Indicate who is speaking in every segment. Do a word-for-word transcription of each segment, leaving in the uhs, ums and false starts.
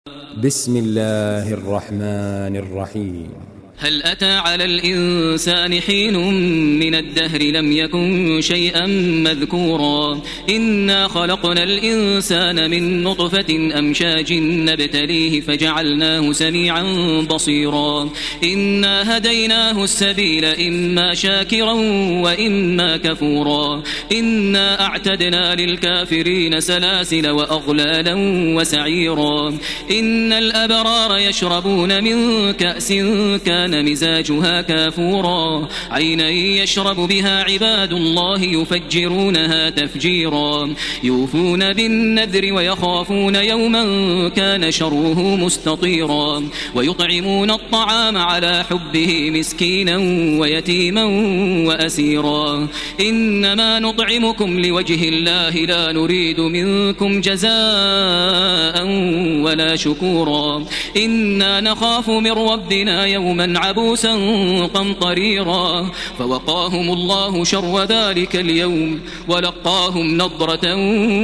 Speaker 1: بسم الله الرحمن الرحيم.
Speaker 2: هل أتى على الإنسان حين من الدهر لم يكن شيئا مذكورا إنا خلقنا الإنسان من نطفة أمشاج نبتليه فجعلناه سميعا بصيرا إنا هديناه السبيل إما شاكرا وإما كفورا إنا أعتدنا للكافرين سلاسل وأغلالا وسعيرا إن الأبرار يشربون من كأس كان مزاجها كافورا عينا يشرب بها عباد الله يفجرونها تفجيرا يوفون بالنذر ويخافون يوما كان شره مستطيرا ويطعمون الطعام على حبه مسكينا ويتيما وأسيرا إنما نطعمكم لوجه الله لا نريد منكم جزاء ولا شكورا إنا نخاف من ربنا يوما عبوسا قمطريرا فوقاهم الله شر ذلك اليوم ولقاهم نضرة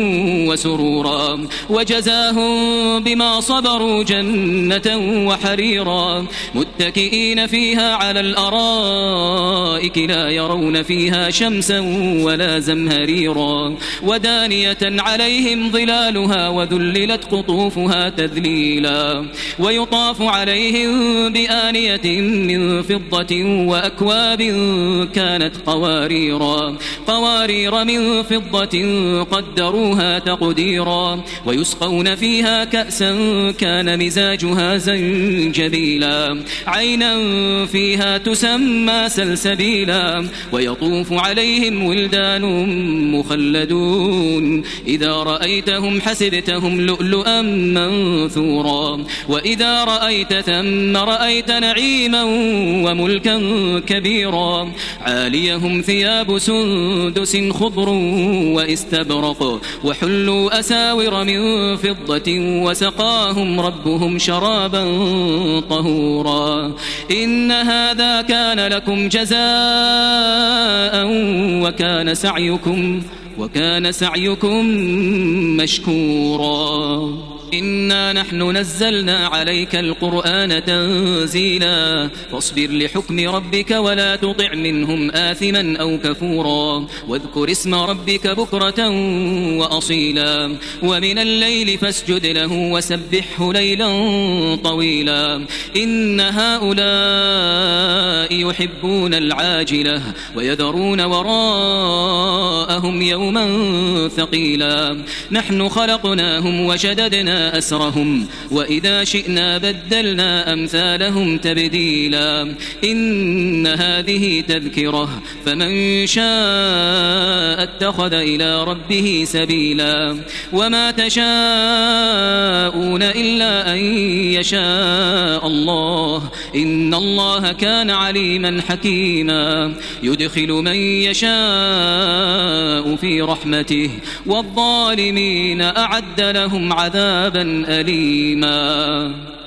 Speaker 2: وسرورا وجزاهم بما صبروا جنة وحريرا متكئين فيها على الأرائك لا يرون فيها شمسا ولا زمهريرا ودانية عليهم ظلالها وذللت قطوفها تذليلا ويطاف عليهم بآنية من فضة وأكواب كانت قواريرا قوارير من فضة قدروها تقديرا ويسقون فيها كأسا كان مزاجها زنجبيلا عينا فيها تسمى سلسبيلا ويطوف عليهم ولدان مخلدون إذا رأيتهم حسبتهم لؤلؤا منثورا وإذا رأيت ثم رأيت نعيما وملكا كبيرا عاليهم ثياب سندس خضر واستبرق وحلوا أساور من فضة وسقاهم ربهم شرابا طهورا إن هذا كان لكم جزاء وكان سعيكم وكان سعيكم مشكورا إنا نحن نزلنا عليك القرآن تنزيلا فاصبر لحكم ربك ولا تطع منهم آثما أو كفورا واذكر اسم ربك بكرة وأصيلا ومن الليل فاسجد له وسبحه ليلا طويلا إن هؤلاء يحبون العاجلة ويذرون وراءهم يوما ثقيلا نحن خلقناهم وشددنا أسرهم وإذا شئنا بدلنا أمثالهم تبديلا إن هذه تذكرة فمن شاء اتخذ إلى ربه سبيلا وما تشاءون إلا أن يشاء الله إن الله كان عليما حكيما يدخل من يشاء في رحمته والظالمين أعد لهم عذابا أليما.